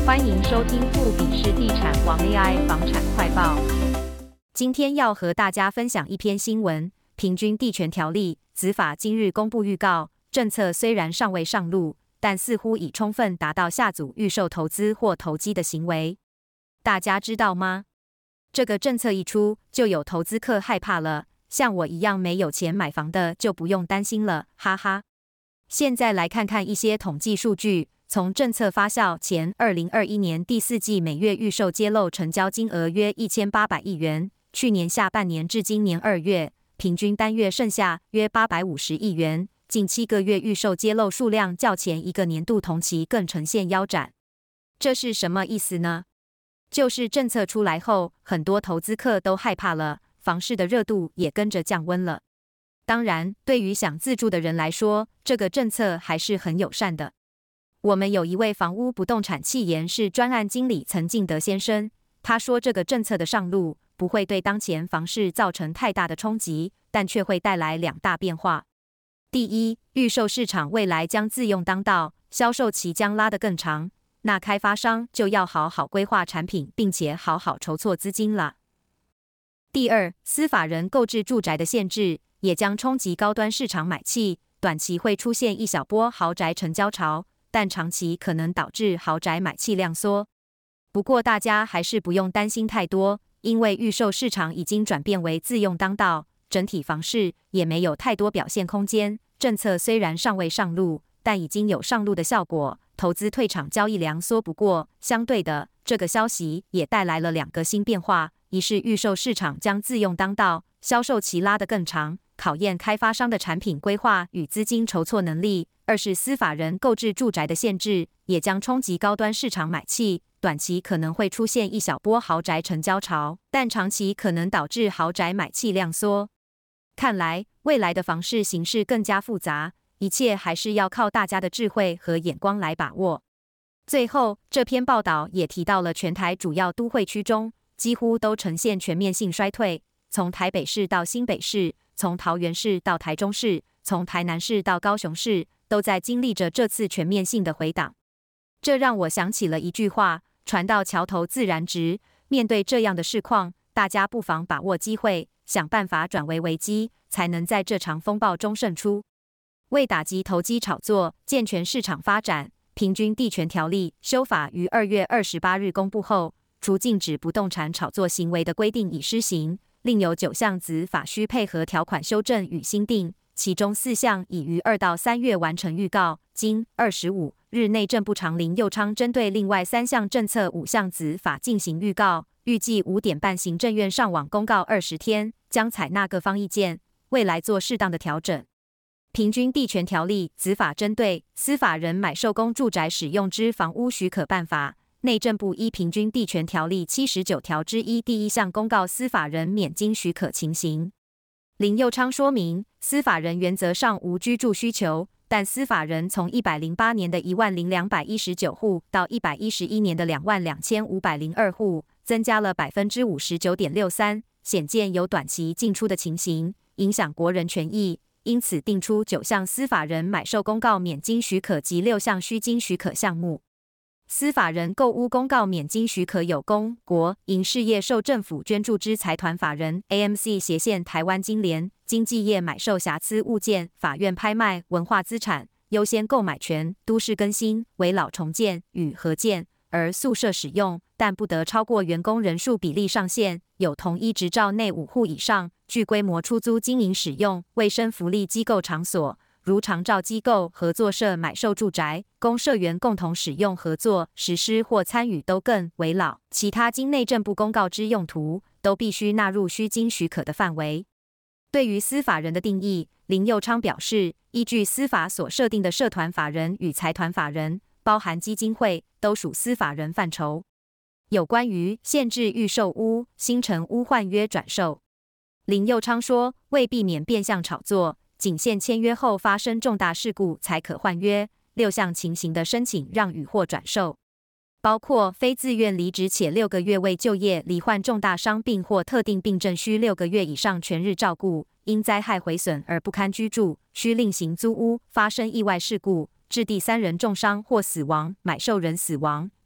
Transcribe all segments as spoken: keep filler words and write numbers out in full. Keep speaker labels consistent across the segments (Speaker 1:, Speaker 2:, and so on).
Speaker 1: 欢迎收听富比士地产王 A I 房产快报。今天要和大家分享一篇新闻：平均地权条例子法今日公布预告，政策虽然尚未上路，但似乎已充分达到下阻预售投资或投机的行为。大家知道吗？这个政策一出，就有投资客害怕了，像我一样没有钱买房的就不用担心了，哈哈。现在来看看一些统计数据。从政策发酵前二零二一年第四季每月预售揭露成交金额约一千八百亿元，去年下半年至今年二月，平均单月剩下约八百五十亿元，近七个月预售揭露数量较前一个年度同期更呈现腰斩。这是什么意思呢？就是政策出来后，很多投资客都害怕了，房市的热度也跟着降温了。当然，对于想自住的人来说，这个政策还是很友善的。我们有一位房屋不动产企研室专案经理曾敬德先生，他说这个政策的上路不会对当前房市造成太大的冲击，但却会带来两大变化。第一，预售市场未来将自用当道，销售期将拉得更长，那开发商就要好好规划产品，并且好好筹措资金了。第二，私法人购置住宅的限制也将冲击高端市场买气，短期会出现一小波豪宅成交潮，但长期可能导致豪宅买气量缩。不过大家还是不用担心太多，因为预售市场已经转变为自用当道，整体房市也没有太多表现空间。政策虽然尚未上路，但已经有上路的效果，投资退场交易量缩。不过相对的，这个消息也带来了两个新变化：一是预售市场将自用当道，销售期拉得更长，考验开发商的产品规划与资金筹措能力；二是私法人购置住宅的限制也将冲击高端市场买气，短期可能会出现一小波豪宅成交潮，但长期可能导致豪宅买气量缩。看来未来的房市形势更加复杂，一切还是要靠大家的智慧和眼光来把握。最后，这篇报道也提到了全台主要都会区中几乎都呈现全面性衰退，从台北市到新北市，从桃园市到台中市，从台南市到高雄市，都在经历着这次全面性的回档。这让我想起了一句话：船到桥头自然直。面对这样的市况，大家不妨把握机会，想办法转为危机，才能在这场风暴中胜出。为打击投机炒作，健全市场发展，平均地权条例修法于二月二十八日公布后，除禁止不动产炒作行为的规定已施行，另有九项子法需配合条款修正与新订，其中四项已于二到三月完成预告。今二十五日内政部长林右昌针对另外三项政策五项子法进行预告，预计五点半行政院上网公告二十天，将采纳各方意见，未来做适当的调整。平均地权条例子法针对私法人买受公住宅使用之房屋许可办法，内政部依平均地权条例七十九条之一第一项公告私法人免经许可情形。林右昌说明，私法人原则上无居住需求，但私法人从一百零八年的一万零两百一十九户到一百一十一年的两万两千五百零二户，增加了 百分之五十九点六三， 显见有短期进出的情形，影响国人权益。因此定出九项私法人买受公告免经许可及六项需经许可项目。私法人购屋公告免经许可有公、国、营事业受政府捐助之财团法人 A M C 斜线台湾金联经纪业买受瑕疵物件、法院拍卖、文化资产、优先购买权、都市更新、危老重建与合建，而宿舍使用，但不得超过员工人数比例上限，有同一执照内五户以上，具规模出租经营使用卫生福利机构场所，如长照机构、合作社买受住宅，供社员共同使用、合作、实施或参与都更危老，其他经内政部公告之用途，都必须纳入需经许可的范围。对于私法人的定义，林右昌表示，依据司法所设定的社团法人与财团法人，包含基金会，都属私法人范畴。有关于限制预售屋、新成屋换约转售，林右昌说，为避免变相炒作，仅限签约后发生重大事故才可换约，六项情形的申请让与或转售，包括非自愿离职且六个月未就业、罹患重大伤病或特定病症需六个月以上全日照顾、因灾害毁损而不堪居住、需另行租屋、发生意外事故、致第三人重伤或死亡、买受人死亡、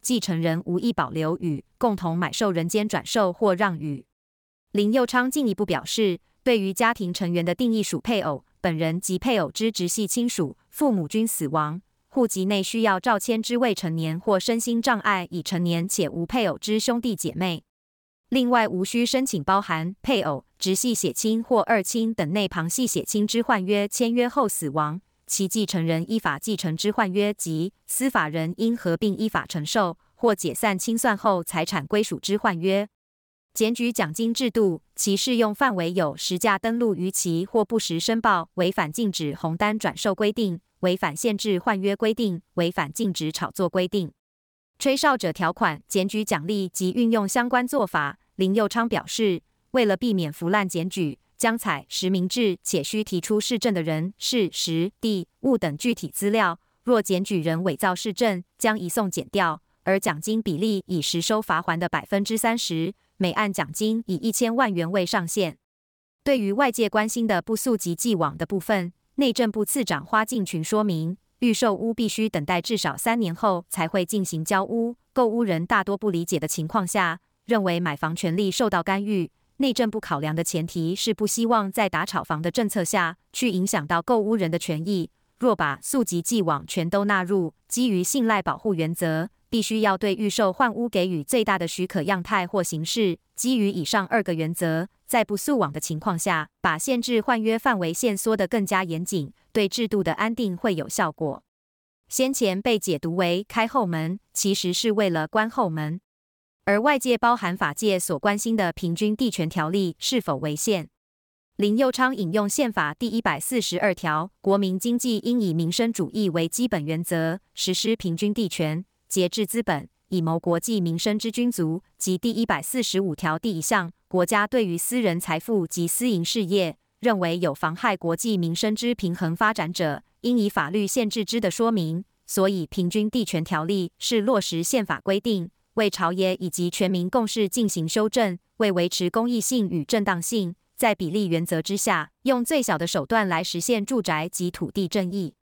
Speaker 1: 继承人无意保留与共同买受人间转售或让与。林佑昌进一步表示，对于家庭成员的定义属配偶、本人及配偶之直系亲属，父母均死亡，户籍内需要照迁之未成年或身心障碍已成年且无配偶之兄弟姐妹。另外，无需申请包含配偶、直系血亲或二亲等内旁系血亲之换约签约后死亡，其继承人依法继承之换约及司法人因合并依法承受或解散清算后财产归属之换约。检举奖金制度，其适用范围有实价登录逾期或不实申报、违反禁止红单转售规定、违反限制换约规定、违反禁止炒作规定。吹哨者条款、检举奖励及运用相关做法，林佑昌表示，为了避免腐烂检举，将采实名制且需提出事证的人、事、时、地、物等具体资料。若检举人伪造事证，将移送检调，而奖金比例以实收罚锾的百分之三十，每案奖金以一千万元为上限。对于外界关心的不溯及既往的部分，内政部次长花敬群说明，预售屋必须等待至少三年后才会进行交屋，购屋人大多不理解的情况下，认为买房权利受到干预。内政部考量的前提是不希望在打炒房的政策下去影响到购屋人的权益。若把溯及既往全都纳入，基于信赖保护原则，必须要对预售换屋给予最大的许可样态或形式。基于以上二个原则，在不溯往的情况下，把限制换约范围限缩得更加严谨，对制度的安定会有效果。先前被解读为开后门，其实是为了关后门。而外界包含法界所关心的平均地权条例是否违宪，林佑昌引用宪法第一百四十二条，国民经济应以民生主义为基本原则，实施平均地权，节制资本，以谋国计民生之均足，及第一百四十五条第一项，国家对于私人财富及私营事业，认为有妨害国计民生之平衡发展者，应以法律限制之的说明。所以平均地权条例是落实宪法规定，为朝野以及全民共识进行修正，为维持公益性与正当性，在比例原则之下，用最小的手段来实现住宅及土地正义。